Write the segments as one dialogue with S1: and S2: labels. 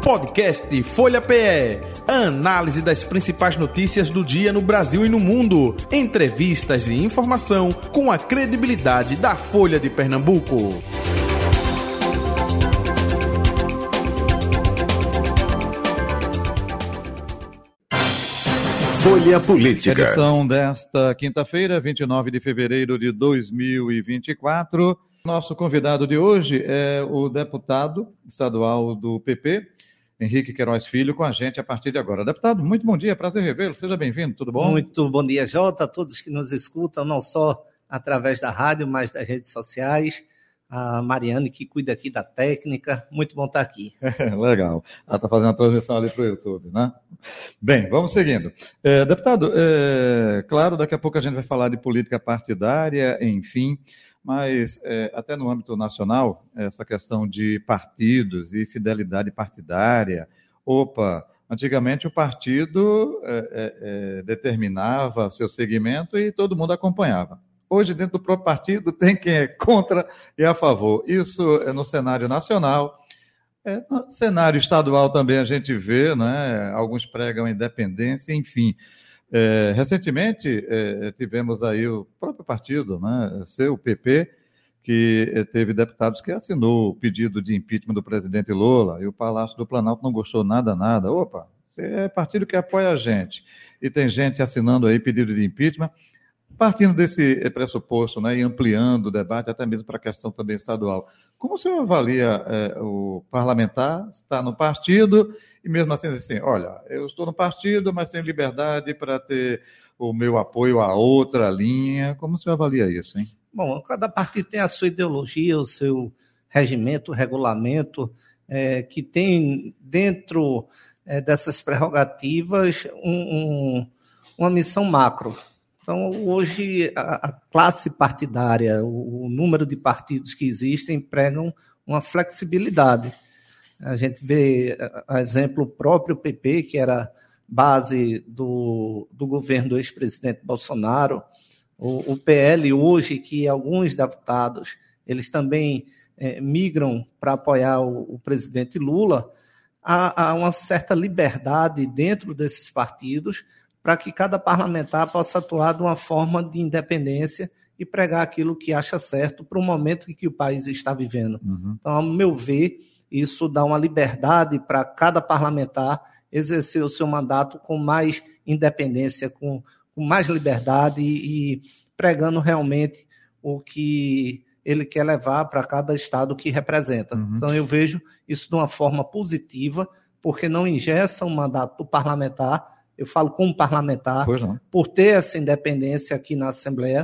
S1: Podcast Folha PE. A análise das principais notícias do dia no Brasil e no mundo. Entrevistas e informação com a credibilidade da Folha de Pernambuco.
S2: Folha Política.
S3: Edição desta quinta-feira, 29 de fevereiro de 2024. Nosso convidado de hoje é o deputado estadual do PP, Henrique Queiroz Filho, com a gente a partir de agora. Deputado, muito bom dia, prazer revê-lo. Seja bem-vindo, tudo bom?
S4: Muito bom dia, Jota, a todos que nos escutam, não só através da rádio, mas das redes sociais. A Mariane, que cuida aqui da técnica, muito bom estar aqui.
S3: Legal, ela está fazendo a transmissão ali para o YouTube, né? Bem, vamos seguindo. Deputado, claro, daqui a pouco a gente vai falar de política partidária, enfim, mas até no âmbito nacional, essa questão de partidos e fidelidade partidária, antigamente o partido determinava seu segmento e todo mundo acompanhava. Hoje, dentro do próprio partido, tem quem é contra e a favor. Isso é no cenário nacional. No cenário estadual também a gente vê, né? Alguns pregam independência, enfim. Recentemente, tivemos aí o próprio partido, né? O PP, que teve deputados que assinou o pedido de impeachment do presidente Lula, e o Palácio do Planalto não gostou nada. Você é partido que apoia a gente, e tem gente assinando aí pedido de impeachment. Partindo desse pressuposto, né, e ampliando o debate, até mesmo para a questão também estadual, como o senhor avalia o parlamentar está no partido e mesmo assim, olha, eu estou no partido, mas tenho liberdade para ter o meu apoio a outra linha. Como o senhor avalia isso, hein?
S4: Bom, cada partido tem a sua ideologia, o seu regimento, regulamento, que tem dentro dessas prerrogativas uma missão macro. Então, hoje, a classe partidária, o número de partidos que existem, pregam uma flexibilidade. A gente vê, a exemplo, o próprio PP, que era base do governo do ex-presidente Bolsonaro, o PL hoje, que alguns deputados, eles também migram para apoiar o presidente Lula, há uma certa liberdade dentro desses partidos, para que cada parlamentar possa atuar de uma forma de independência e pregar aquilo que acha certo para o momento em que o país está vivendo. Uhum. Então, ao meu ver, isso dá uma liberdade para cada parlamentar exercer o seu mandato com mais independência, com mais liberdade e pregando realmente o que ele quer levar para cada estado que representa. Uhum. Então, eu vejo isso de uma forma positiva, porque não engessa o mandato do parlamentar. Eu falo como parlamentar, por ter essa independência aqui na Assembleia,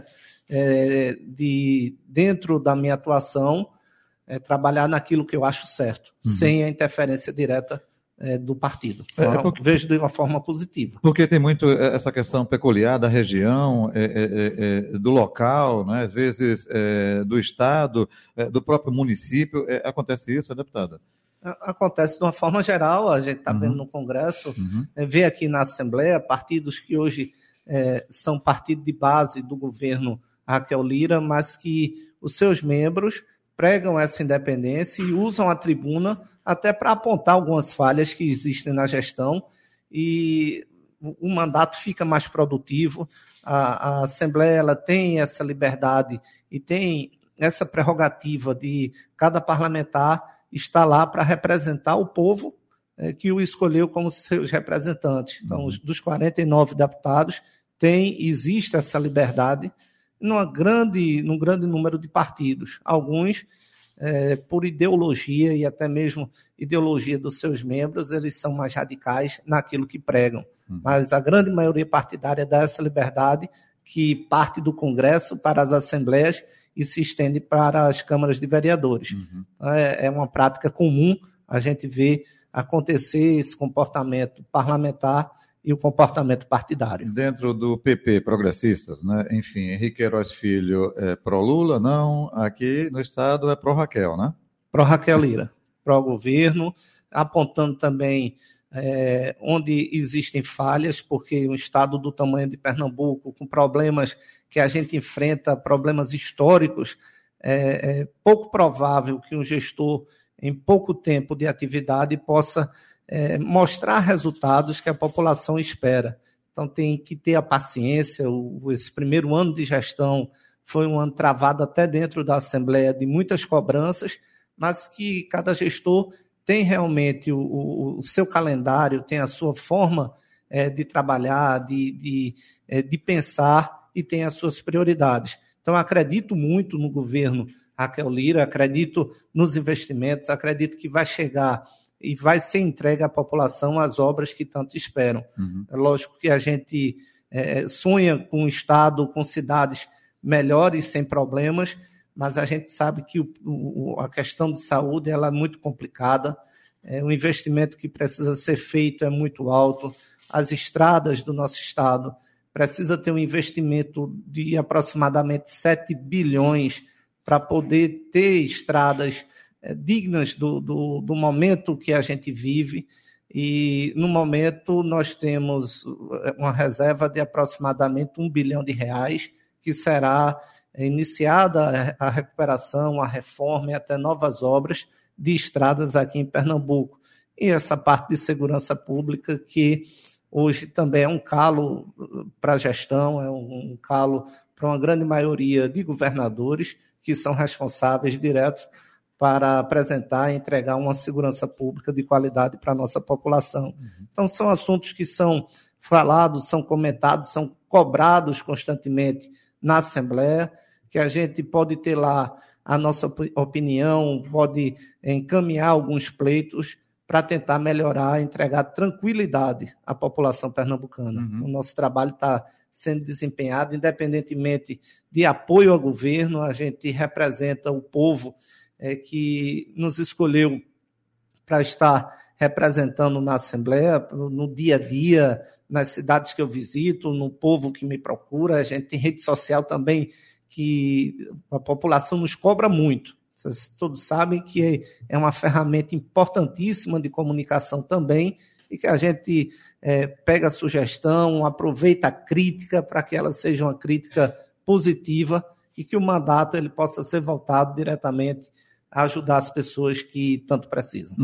S4: dentro da minha atuação, trabalhar naquilo que eu acho certo, sem a interferência direta do partido. Então, vejo de uma forma positiva.
S3: Porque tem muito essa questão peculiar da região, do local, né? Às vezes do estado, do próprio município. Acontece isso, deputada?
S4: Acontece de uma forma geral, a gente está vendo no Congresso, vê aqui na Assembleia partidos que hoje são partido de base do governo Raquel Lira, mas que os seus membros pregam essa independência e usam a tribuna até para apontar algumas falhas que existem na gestão e o mandato fica mais produtivo. A Assembleia ela tem essa liberdade e tem essa prerrogativa de cada parlamentar está lá para representar o povo que o escolheu como seus representantes. Então, dos 49 deputados, existe essa liberdade num grande número de partidos. Alguns, por ideologia e até mesmo ideologia dos seus membros, eles são mais radicais naquilo que pregam. Mas a grande maioria partidária dá essa liberdade que parte do Congresso para as assembleias e se estende para as câmaras de vereadores. É uma prática comum a gente ver acontecer esse comportamento parlamentar e o comportamento partidário.
S3: Dentro do PP, progressistas, né? Enfim, Henrique Queiroz Filho é pró-Lula, não? Aqui no estado é pró-Raquel, né?
S4: Pró-Raquel Lira, pró-governo, apontando também onde existem falhas, porque um estado do tamanho de Pernambuco, com problemas que a gente enfrenta, problemas históricos, é pouco provável que um gestor, em pouco tempo de atividade, possa mostrar resultados que a população espera. Então tem que ter a paciência. Esse primeiro ano de gestão foi um ano travado até dentro da Assembleia de muitas cobranças, mas que cada gestor tem realmente o seu calendário, tem a sua forma de trabalhar, de pensar e tem as suas prioridades. Então, acredito muito no governo Raquel Lira, acredito nos investimentos, acredito que vai chegar e vai ser entregue à população as obras que tanto esperam. É lógico que a gente sonha com um estado, com cidades melhores, sem problemas, mas a gente sabe que a questão de saúde ela é muito complicada, o investimento que precisa ser feito é muito alto, as estradas do nosso estado precisa ter um investimento de aproximadamente 7 bilhões para poder ter estradas dignas do momento que a gente vive, e no momento nós temos uma reserva de aproximadamente R$1 bilhão, que será iniciada a recuperação, a reforma e até novas obras de estradas aqui em Pernambuco. E essa parte de segurança pública que hoje também é um calo para a gestão, é um calo para uma grande maioria de governadores que são responsáveis diretos para apresentar e entregar uma segurança pública de qualidade para a nossa população. Então, são assuntos que são falados, são comentados, são cobrados constantemente na Assembleia, que a gente pode ter lá a nossa opinião, pode encaminhar alguns pleitos para tentar melhorar, entregar tranquilidade à população pernambucana. O nosso trabalho está sendo desempenhado, independentemente de apoio ao governo, a gente representa o povo que nos escolheu para estar representando na Assembleia, no dia a dia, nas cidades que eu visito, no povo que me procura. A gente tem rede social também, que a população nos cobra muito. Vocês todos sabem que é uma ferramenta importantíssima de comunicação também, e que a gente pega a sugestão, aproveita a crítica para que ela seja uma crítica positiva e que o mandato ele possa ser voltado diretamente a ajudar as pessoas que tanto precisam.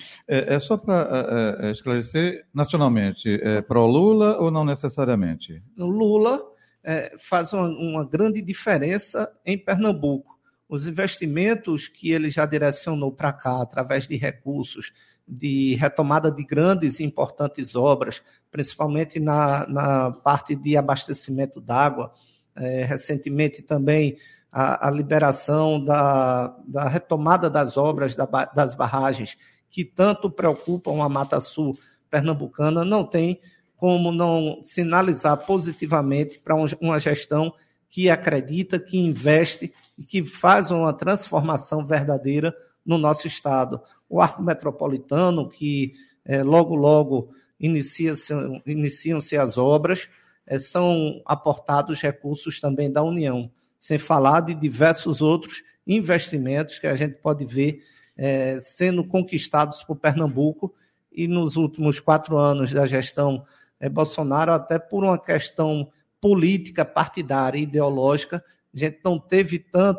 S3: Só para esclarecer, nacionalmente, pró-Lula ou não necessariamente?
S4: O Lula faz uma grande diferença em Pernambuco. Os investimentos que ele já direcionou para cá, através de recursos, de retomada de grandes e importantes obras, principalmente na parte de abastecimento d'água, recentemente também a liberação da retomada das obras das barragens, que tanto preocupam a Mata Sul pernambucana, não tem como não sinalizar positivamente para uma gestão que acredita, que investe e que faz uma transformação verdadeira no nosso estado. O Arco Metropolitano, que logo iniciam-se as obras, são aportados recursos também da União, sem falar de diversos outros investimentos que a gente pode ver sendo conquistados por Pernambuco, e nos últimos 4 anos da gestão Bolsonaro, até por uma questão política, partidária e ideológica, a gente não teve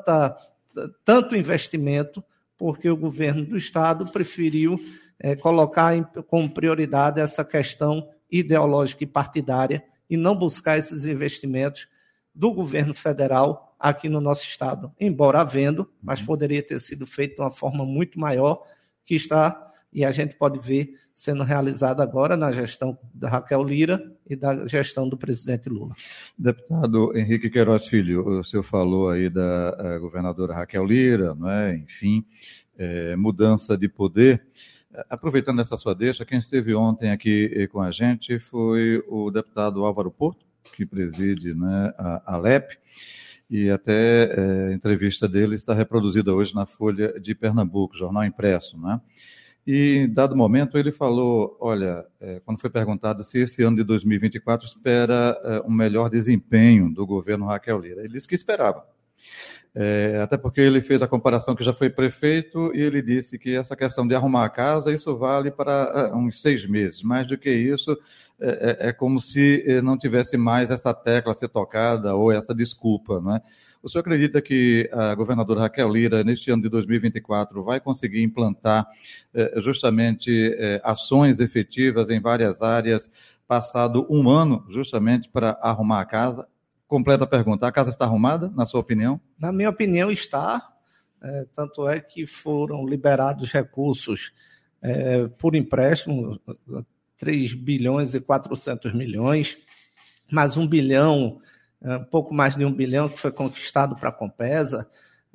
S4: tanto investimento, porque o governo do estado preferiu colocar como prioridade essa questão ideológica e partidária e não buscar esses investimentos do governo federal aqui no nosso estado. Embora havendo, mas poderia ter sido feito de uma forma muito maior, que está, e a gente pode ver, sendo realizada agora na gestão da Raquel Lira e da gestão do presidente Lula.
S3: Deputado Henrique Queiroz Filho, o senhor falou aí da governadora Raquel Lira, não é? Enfim, mudança de poder. Aproveitando essa sua deixa, quem esteve ontem aqui com a gente foi o deputado Álvaro Porto, que preside, né, a ALEP, e até a entrevista dele está reproduzida hoje na Folha de Pernambuco, jornal impresso, né? E, em dado momento, ele falou, olha, quando foi perguntado se esse ano de 2024 espera um melhor desempenho do governo Raquel Lira, ele disse que esperava. Até porque ele fez a comparação que já foi prefeito e ele disse que essa questão de arrumar a casa, isso vale para uns 6 meses. Mais do que isso, é como se não tivesse mais essa tecla a ser tocada ou essa desculpa, não é? O senhor acredita que a governadora Raquel Lira, neste ano de 2024, vai conseguir implantar justamente ações efetivas em várias áreas, passado um ano justamente para arrumar a casa? Completa pergunta, a casa está arrumada, na sua opinião?
S4: Na minha opinião, está. Tanto é que foram liberados recursos por empréstimo, 3 bilhões e 400 milhões, mais 1 bilhão, pouco mais de 1 bilhão que foi conquistado para a Compesa.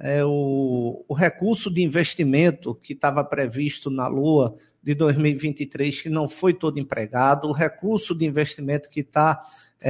S4: O recurso de investimento que estava previsto na LOA de 2023, que não foi todo empregado, o recurso de investimento que está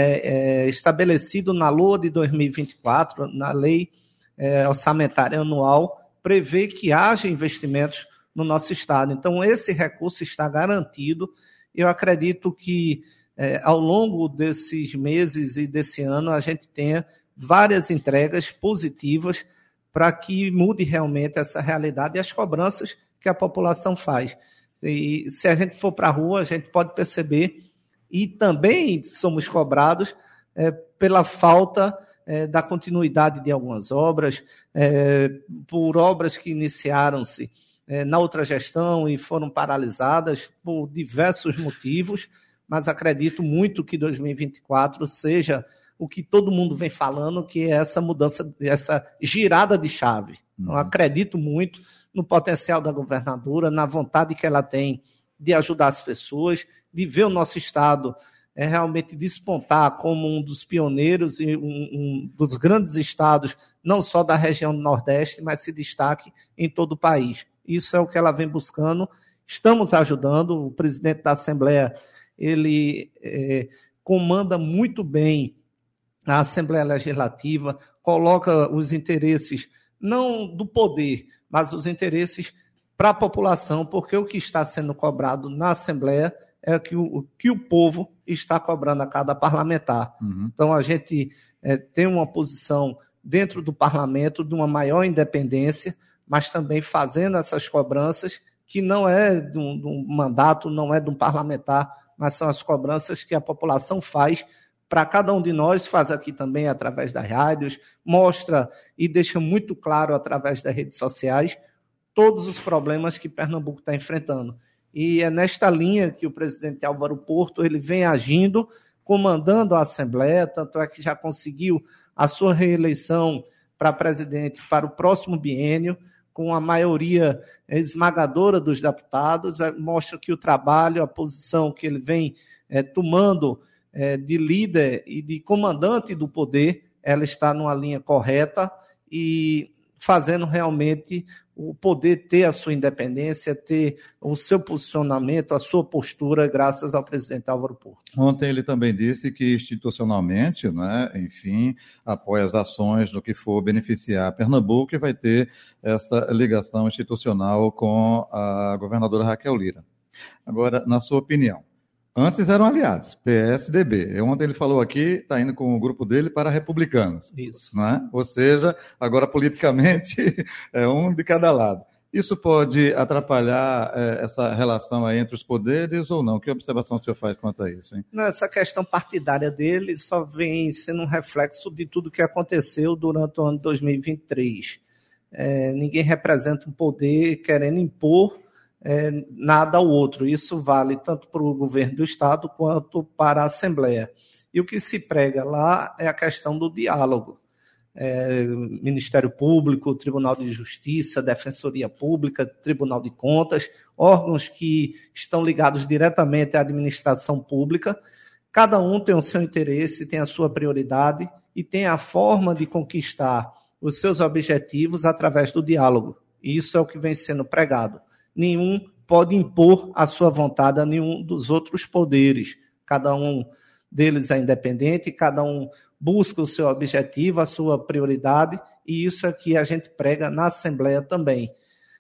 S4: estabelecido na LOA de 2024, na Lei Orçamentária Anual, prevê que haja investimentos no nosso estado. Então, esse recurso está garantido. Eu acredito que, ao longo desses meses e desse ano, a gente tenha várias entregas positivas para que mude realmente essa realidade e as cobranças que a população faz. E se a gente for para a rua, a gente pode perceber, e também somos cobrados pela falta da continuidade de algumas obras, por obras que iniciaram-se na outra gestão e foram paralisadas por diversos motivos, mas acredito muito que 2024 seja o que todo mundo vem falando, que é essa mudança, essa girada de chave. Então, acredito muito no potencial da governadora, na vontade que ela tem de ajudar as pessoas, de ver o nosso estado realmente despontar como um dos pioneiros e um dos grandes estados, não só da região do Nordeste, mas se destaque em todo o país. Isso é o que ela vem buscando. Estamos ajudando. O presidente da Assembleia, ele comanda muito bem a Assembleia Legislativa, coloca os interesses, não do poder, mas os interesses para a população, porque o que está sendo cobrado na Assembleia é que o povo está cobrando a cada parlamentar. Então, a gente tem uma posição dentro do parlamento de uma maior independência, mas também fazendo essas cobranças, que não é de um mandato, não é de um parlamentar, mas são as cobranças que a população faz para cada um de nós, faz aqui também através das rádios, mostra e deixa muito claro através das redes sociais todos os problemas que Pernambuco está enfrentando. E é nesta linha que o presidente Álvaro Porto ele vem agindo, comandando a Assembleia, tanto é que já conseguiu a sua reeleição para presidente para o próximo biênio, com a maioria esmagadora dos deputados, mostra que o trabalho, a posição que ele vem tomando de líder e de comandante do poder, ela está numa linha correta e fazendo realmente o poder ter a sua independência, ter o seu posicionamento, a sua postura, graças ao presidente Álvaro Porto.
S3: Ontem ele também disse que institucionalmente, né, enfim, apoia as ações no que for beneficiar Pernambuco e vai ter essa ligação institucional com a governadora Raquel Lira. Agora, na sua opinião, antes eram aliados, PSDB. Ontem ele falou aqui, está indo com o grupo dele para republicanos.
S4: Isso.
S3: Né? Ou seja, agora politicamente é um de cada lado. Isso pode atrapalhar essa relação aí entre os poderes ou não? Que observação o senhor faz quanto a isso? Hein?
S4: Essa questão partidária dele só vem sendo um reflexo de tudo que aconteceu durante o ano de 2023. Ninguém representa um poder querendo impor nada ao outro. Isso vale tanto para o governo do Estado quanto para a Assembleia. E o que se prega lá é a questão do diálogo. Ministério Público, Tribunal de Justiça, Defensoria Pública, Tribunal de Contas, órgãos que estão ligados diretamente à administração pública. Cada um tem o seu interesse, tem a sua prioridade e tem a forma de conquistar os seus objetivos através do diálogo. E isso é o que vem sendo pregado. Nenhum pode impor a sua vontade a nenhum dos outros poderes. Cada um deles é independente, cada um busca o seu objetivo, a sua prioridade, e isso é que a gente prega na Assembleia também.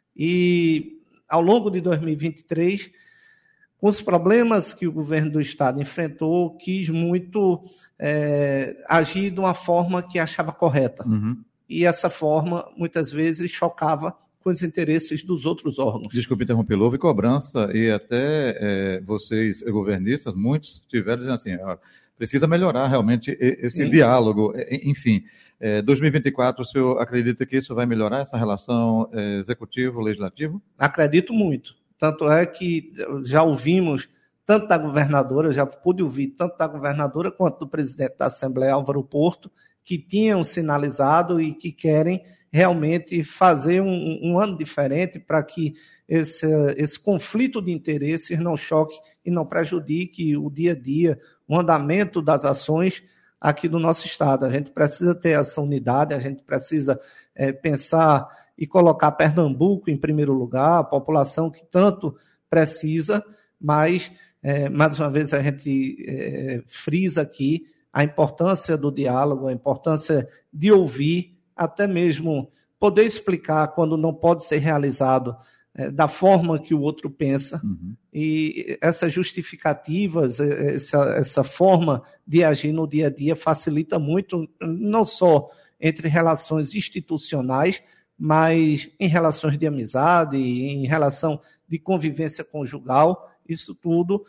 S4: E ao longo de 2023, com os problemas que o governo do Estado enfrentou, quis muito agir de uma forma que achava correta. E essa forma, muitas vezes, chocava com os interesses dos outros órgãos.
S3: Desculpe interromper, houve cobrança e até vocês, governistas, muitos tiveram dizendo assim, precisa melhorar realmente esse
S4: Sim.
S3: diálogo. Enfim, 2024, o senhor acredita que isso vai melhorar, essa relação executivo-legislativo?
S4: Acredito muito. Tanto é que já ouvimos tanto da governadora, já pude ouvir tanto da governadora quanto do presidente da Assembleia, Álvaro Porto, que tinham sinalizado e que querem realmente fazer um ano diferente para que esse conflito de interesses não choque e não prejudique o dia a dia, o andamento das ações aqui do nosso Estado. A gente precisa ter essa unidade, a gente precisa pensar e colocar Pernambuco em primeiro lugar, a população que tanto precisa, mas, mais uma vez, a gente frisa aqui a importância do diálogo, a importância de ouvir, até mesmo poder explicar quando não pode ser realizado da forma que o outro pensa.
S3: Uhum.
S4: E essas justificativas, essa forma de agir no dia a dia facilita muito, não só entre relações institucionais, mas em relações de amizade, em relação de convivência conjugal. Isso tudo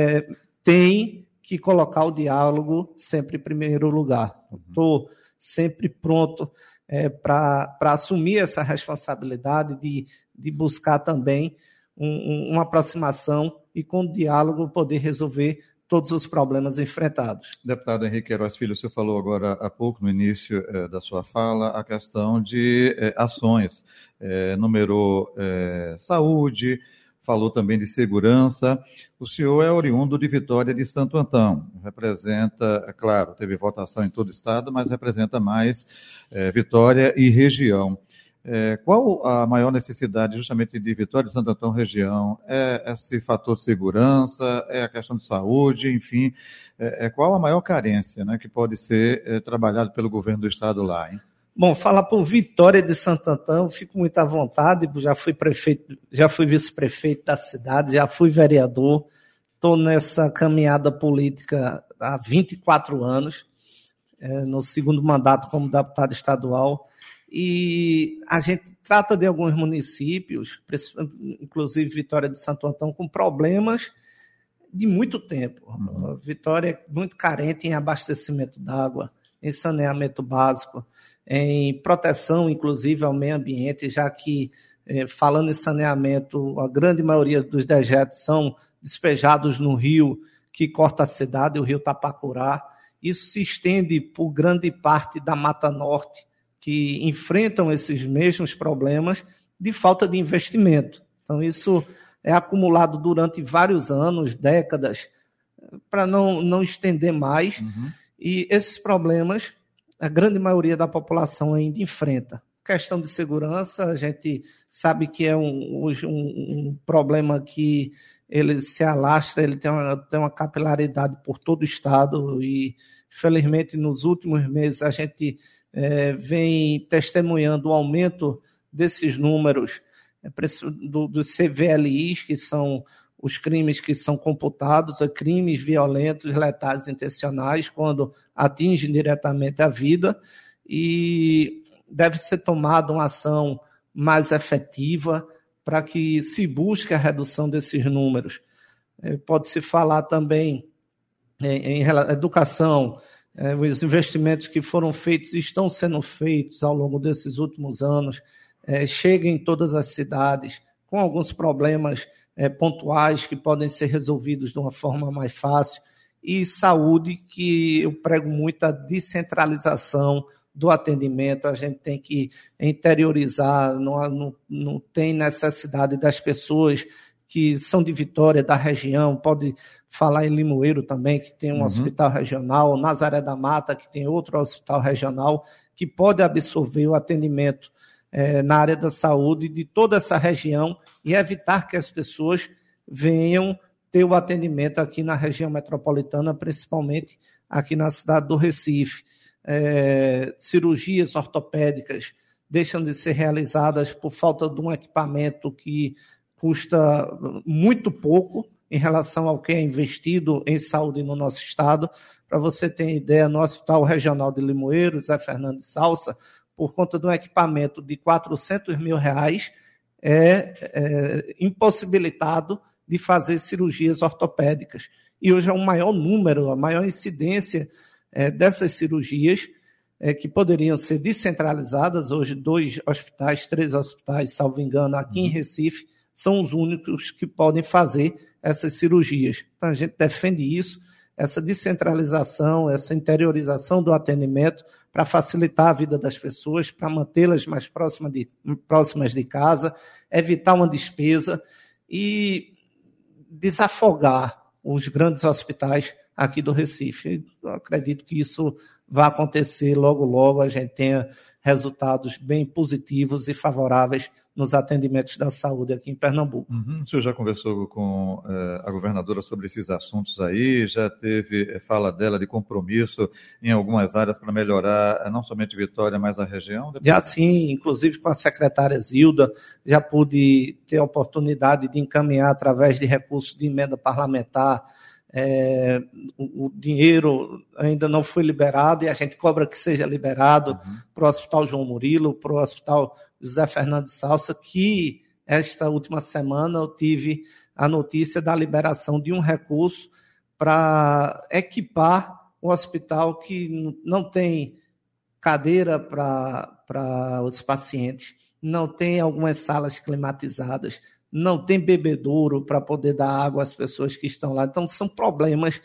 S4: tem que colocar o diálogo sempre em primeiro lugar. Estou sempre pronto para assumir essa responsabilidade de buscar também uma aproximação e, com o diálogo, poder resolver todos os problemas enfrentados.
S3: Deputado Henrique Queiroz Filho, o senhor falou agora há pouco, no início da sua fala, a questão de ações. Numerou saúde, falou também de segurança. O senhor é oriundo de Vitória de Santo Antão. Representa, claro, teve votação em todo o estado, mas representa mais Vitória e região. Qual a maior necessidade justamente de Vitória de Santo Antão região? É esse fator de segurança, é a questão de saúde, enfim, qual a maior carência, né, que pode ser trabalhado pelo governo do estado lá, hein?
S4: Bom, falar por Vitória de Santo Antão, fico muito à vontade, já fui prefeito, já fui vice-prefeito da cidade, já fui vereador, estou nessa caminhada política há 24 anos, no segundo mandato como deputado estadual, e a gente trata de alguns municípios, inclusive Vitória de Santo Antão, com problemas de muito tempo. Uhum. Vitória é muito carente em abastecimento d'água, em saneamento básico, em proteção, inclusive, ao meio ambiente, já que, falando em saneamento, a grande maioria dos dejetos são despejados no rio que corta a cidade, o rio Tapacurá. Isso se estende por grande parte da Mata Norte, que enfrentam esses mesmos problemas de falta de investimento. Então, isso é acumulado durante vários anos, décadas, para não estender mais. Uhum. E esses problemas, a grande maioria da população ainda enfrenta. Questão de segurança, a gente sabe que é um problema que ele se alastra, ele tem uma capilaridade por todo o estado e, felizmente, nos últimos meses a gente vem testemunhando o aumento desses números dos CVLIs, que são os crimes que são computados, a crimes violentos, letais, intencionais, quando atingem diretamente a vida, e deve ser tomada uma ação mais efetiva para que se busque a redução desses números. Pode-se falar também em educação, os investimentos que foram feitos e estão sendo feitos ao longo desses últimos anos, chegam em todas as cidades, com alguns problemas pontuais que podem ser resolvidos de uma forma mais fácil, e saúde, que eu prego muito a descentralização do atendimento. A gente tem que interiorizar, não tem necessidade das pessoas que são de Vitória, da região, pode falar em Limoeiro também, que tem um hospital regional, Nazaré da Mata, que tem outro hospital regional, que pode absorver o atendimento na área da saúde de toda essa região e evitar que as pessoas venham ter o atendimento aqui na região metropolitana, principalmente aqui na cidade do Recife. Cirurgias ortopédicas deixam de ser realizadas por falta de um equipamento que custa muito pouco em relação ao que é investido em saúde no nosso estado. Para você ter ideia, no Hospital Regional de Limoeiro, Zé Fernando de Salsa, por conta de um equipamento de R$400 mil, impossibilitado de fazer cirurgias ortopédicas. e hoje é um maior número, a maior incidência dessas cirurgias que poderiam ser descentralizadas. Hoje 2 hospitais, 3 hospitais, salvo engano, aqui em Recife, são os únicos que podem fazer essas cirurgias. Então a gente defende isso, essa descentralização, essa interiorização do atendimento para facilitar a vida das pessoas, para mantê-las mais próximas de casa, evitar uma despesa e desafogar os grandes hospitais aqui do Recife. Eu acredito que isso vai acontecer logo, logo, a gente tenha resultados bem positivos e favoráveis nos atendimentos da saúde aqui em Pernambuco.
S3: O senhor já conversou com a governadora sobre esses assuntos aí? Já teve fala dela de compromisso em algumas áreas para melhorar não somente Vitória, mas a região?
S4: Já sim, inclusive com a secretária Zilda, já pude ter a oportunidade de encaminhar através de recursos de emenda parlamentar. O dinheiro ainda não foi liberado e a gente cobra que seja liberado para o Hospital João Murilo, para o Hospital José Fernando Salsa, que esta última semana eu tive a notícia da liberação de um recurso para equipar o hospital que não tem cadeira para os pacientes, não tem algumas salas climatizadas, não tem bebedouro para poder dar água às pessoas que estão lá. Então, são problemas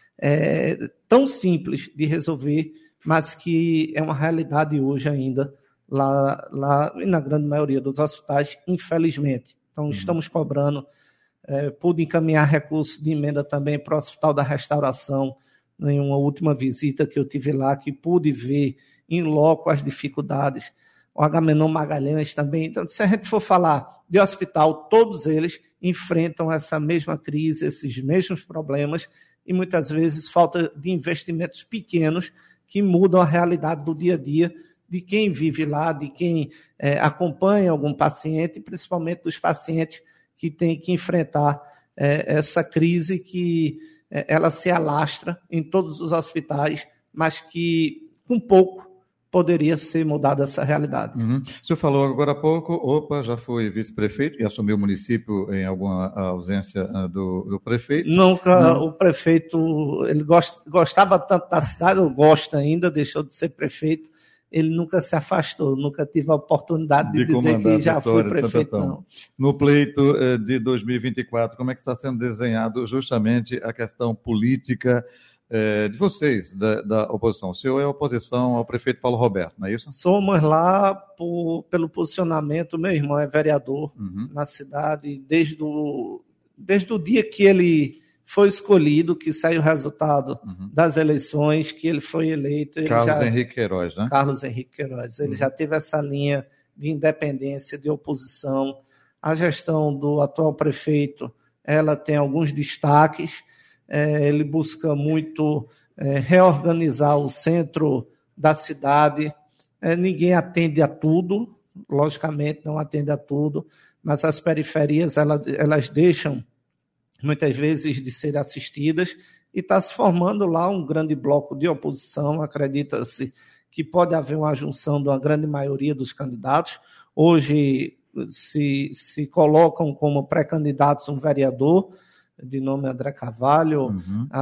S4: tão simples de resolver, mas que é uma realidade hoje ainda lá e na grande maioria dos hospitais, infelizmente. Então, estamos cobrando. Pude encaminhar recursos de emenda também para o Hospital da Restauração, em uma última visita que eu tive lá, que pude ver em loco as dificuldades. O Agamenon Magalhães também. Então, se a gente for falar de hospital, todos eles enfrentam essa mesma crise, esses mesmos problemas, e muitas vezes falta de investimentos pequenos que mudam a realidade do dia a dia de quem vive lá, de quem acompanha algum paciente, principalmente dos pacientes que têm que enfrentar essa crise que ela se alastra em todos os hospitais, mas que com pouco poderia ser mudada essa realidade.
S3: O senhor falou agora há pouco, já foi vice-prefeito e assumiu o município em alguma ausência do prefeito?
S4: Nunca. O prefeito, ele gostava tanto da cidade, ou gosta ainda, deixou de ser prefeito, ele nunca se afastou, nunca tive a oportunidade de dizer que já foi prefeito, não.
S3: No pleito de 2024, como é que está sendo desenhado justamente a questão política de vocês, da oposição? O senhor é oposição ao prefeito Paulo Roberto, não é isso?
S4: Somos lá pelo posicionamento, meu irmão é vereador na cidade, desde o dia que ele foi escolhido, que saiu o resultado das eleições, que ele foi eleito.
S3: Henrique Queiroz, né?
S4: Carlos Henrique Queiroz. Ele já teve essa linha de independência, de oposição. A gestão do atual prefeito, ela tem alguns destaques. Ele busca muito reorganizar o centro da cidade. Ninguém atende a tudo, logicamente não atende a tudo, mas as periferias elas deixam muitas vezes de ser assistidas e está se formando lá um grande bloco de oposição. Acredita-se que pode haver uma junção de uma grande maioria dos candidatos. Hoje se colocam como pré-candidatos um vereador de nome André Carvalho,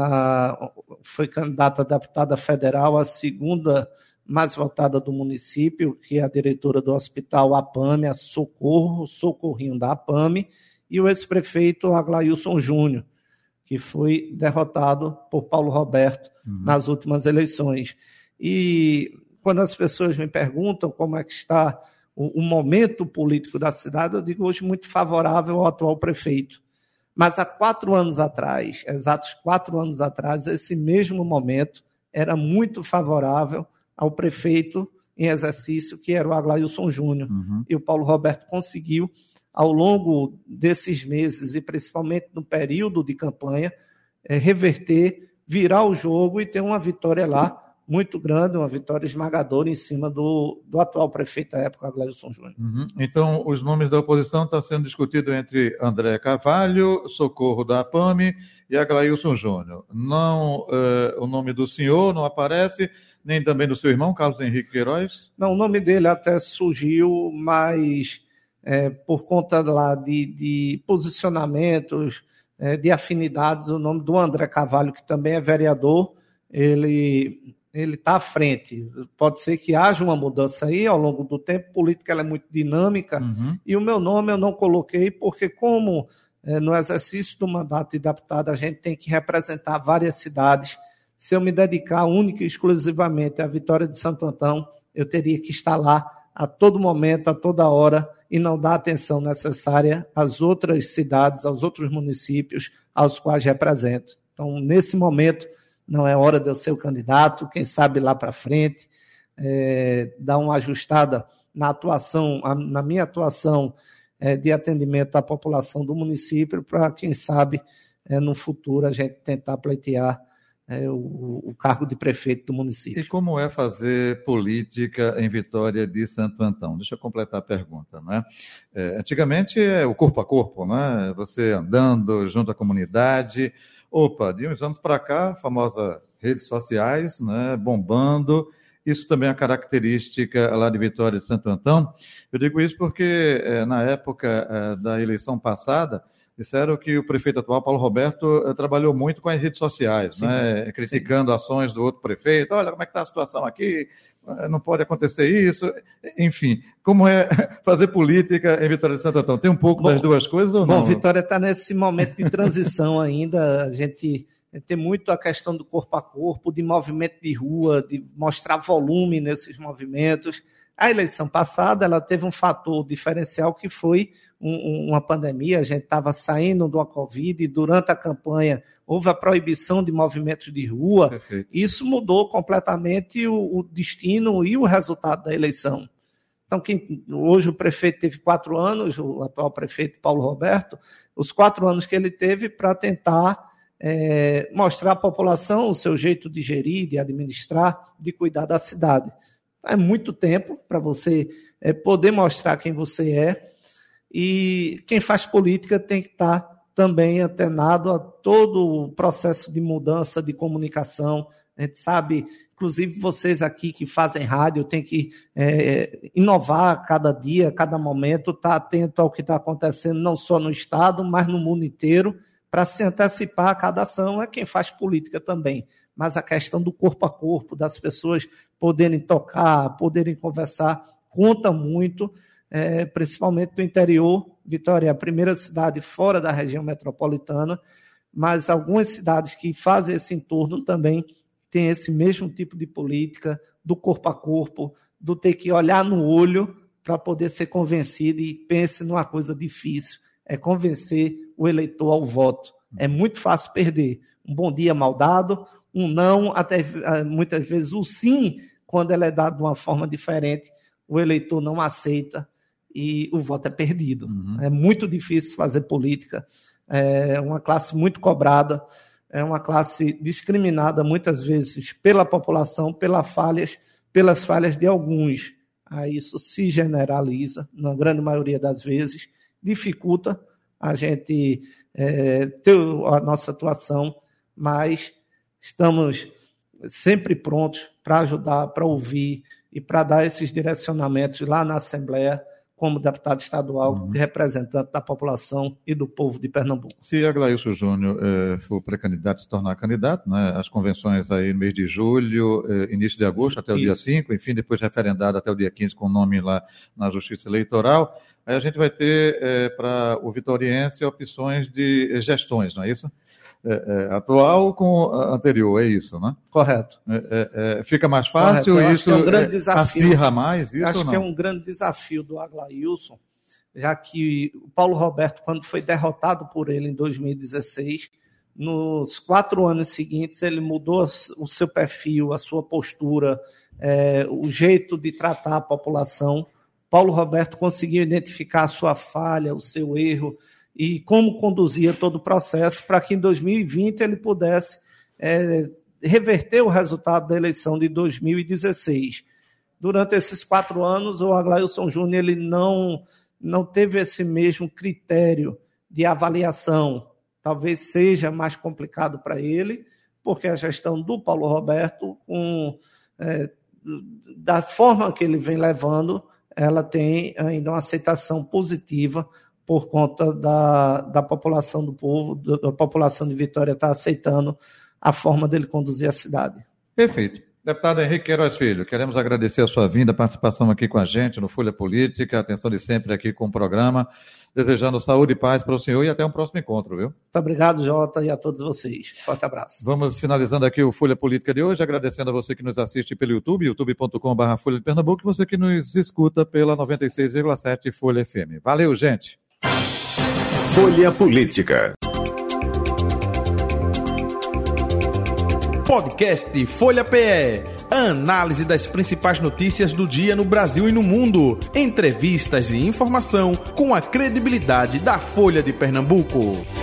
S4: foi candidata a deputada federal, a segunda mais votada do município, que é a diretora do hospital APAME, a Socorrinho da APAME, e o ex-prefeito Aglailson Júnior, que foi derrotado por Paulo Roberto nas últimas eleições. E quando as pessoas me perguntam como é que está o momento político da cidade, eu digo hoje muito favorável ao atual prefeito. Mas há 4 anos atrás, exatos 4 anos atrás, esse mesmo momento era muito favorável ao prefeito em exercício, que era o Aglailson Júnior. E o Paulo Roberto conseguiu, ao longo desses meses, e principalmente no período de campanha, reverter, virar o jogo e ter uma vitória lá muito grande, uma vitória esmagadora em cima do atual prefeito da época, Aglailson Júnior.
S3: Então, os nomes da oposição estão sendo discutidos entre André Carvalho, Socorro da APAME e Aglailson Júnior. Não, o nome do senhor não aparece, nem também do seu irmão, Carlos Henrique Queiroz?
S4: Não, o nome dele até surgiu, mas por conta lá de posicionamentos de afinidades, o nome do André Carvalho, que também é vereador, ele está à frente. Pode ser que haja uma mudança aí ao longo do tempo, política ela é muito dinâmica, e o meu nome eu não coloquei porque como no exercício do mandato de deputado a gente tem que representar várias cidades. Se eu me dedicar única e exclusivamente à Vitória de Santo Antão, eu teria que estar lá a todo momento, a toda hora, e não dar a atenção necessária às outras cidades, aos outros municípios aos quais represento. Então, nesse momento, não é hora de eu ser o candidato, quem sabe lá para frente, dar uma ajustada na atuação, na minha atuação de atendimento à população do município, para, quem sabe, no futuro a gente tentar pleitear o cargo de prefeito do município.
S3: E como é fazer política em Vitória de Santo Antão? Deixa eu completar a pergunta, né? Antigamente é o corpo a corpo, né? Você andando junto à comunidade. De uns anos para cá, famosas redes sociais, né? Bombando. Isso também é uma característica lá de Vitória de Santo Antão. Eu digo isso porque na época da eleição passada, disseram que o prefeito atual, Paulo Roberto, trabalhou muito com as redes sociais, né? Criticando ações do outro prefeito. Olha como é que está a situação aqui, não pode acontecer isso. Enfim, como é fazer política em Vitória de Santo Antão? Tem um pouco das duas coisas ou não?
S4: Bom, Vitória está nesse momento de transição ainda. A gente tem muito a questão do corpo a corpo, de movimento de rua, de mostrar volume nesses movimentos. A eleição passada ela teve um fator diferencial que foi uma pandemia, a gente estava saindo de uma Covid e durante a campanha houve a proibição de movimentos de rua.
S3: Perfeito.
S4: Isso mudou completamente o destino e o resultado da eleição. Então, hoje o prefeito teve 4 anos, o atual prefeito Paulo Roberto, os 4 anos que ele teve para tentar mostrar à população o seu jeito de gerir, de administrar, de cuidar da cidade. É muito tempo para você poder mostrar quem você é, e quem faz política tem que estar também antenado a todo o processo de mudança de comunicação. A gente sabe, inclusive vocês aqui que fazem rádio, tem que inovar a cada dia, a cada momento, estar atento ao que está acontecendo não só no Estado, mas no mundo inteiro, para se antecipar a cada ação. É quem faz política também. Mas a questão do corpo a corpo, das pessoas poderem tocar, poderem conversar, conta muito, principalmente do interior. Vitória é a primeira cidade fora da região metropolitana, mas algumas cidades que fazem esse entorno também têm esse mesmo tipo de política, do corpo a corpo, do ter que olhar no olho para poder ser convencido, e pense numa coisa difícil, é convencer o eleitor ao voto. É muito fácil perder. Um bom dia mal dado, um não, até muitas vezes o sim, quando ele é dado de uma forma diferente, o eleitor não aceita e o voto é perdido. É muito difícil fazer política. É uma classe muito cobrada, é uma classe discriminada muitas vezes pela população, pelas falhas de alguns. Aí isso se generaliza, na grande maioria das vezes, dificulta a gente ter a nossa atuação, mas estamos sempre prontos para ajudar, para ouvir e para dar esses direcionamentos lá na Assembleia, como deputado estadual, representante da população e do povo de Pernambuco.
S3: Se Aglailson Júnior for pré-candidato, se tornar candidato, né, as convenções aí no mês de julho, início de agosto até o dia 5, enfim, depois referendado até o dia 15 com o nome lá na Justiça Eleitoral, aí a gente vai ter para o vitoriense opções de gestões, não é isso? Atual com anterior, é isso, né?
S4: Correto.
S3: Fica mais fácil?
S4: Correto.
S3: Isso
S4: é um grande desafio.
S3: Acirra mais? Isso
S4: acho
S3: ou não?
S4: Que é um grande desafio do Aglailson, já que o Paulo Roberto, quando foi derrotado por ele em 2016, nos 4 anos seguintes ele mudou o seu perfil, a sua postura, o jeito de tratar a população. Paulo Roberto conseguiu identificar a sua falha, o seu erro, e como conduzia todo o processo para que em 2020 ele pudesse reverter o resultado da eleição de 2016. Durante esses 4 anos, o Aglailson Júnior ele não teve esse mesmo critério de avaliação. Talvez seja mais complicado para ele, porque a gestão do Paulo Roberto, da forma que ele vem levando, ela tem ainda uma aceitação positiva por conta da população do povo, da população de Vitória estar aceitando a forma dele conduzir a cidade.
S3: Perfeito. Deputado Henrique Queiroz Filho, queremos agradecer a sua vinda, a participação aqui com a gente no Folha Política, a atenção de sempre aqui com o programa, desejando saúde e paz para o senhor e até um próximo encontro, viu?
S4: Muito obrigado, Jota, e a todos vocês. Forte abraço.
S3: Vamos finalizando aqui o Folha Política de hoje, agradecendo a você que nos assiste pelo YouTube, youtube.com/Folha de Pernambuco, e você que nos escuta pela 96,7 Folha FM. Valeu, gente!
S2: Folha Política.
S1: Podcast Folha PE. Análise das principais notícias do dia no Brasil e no mundo. Entrevistas e informação com a credibilidade da Folha de Pernambuco.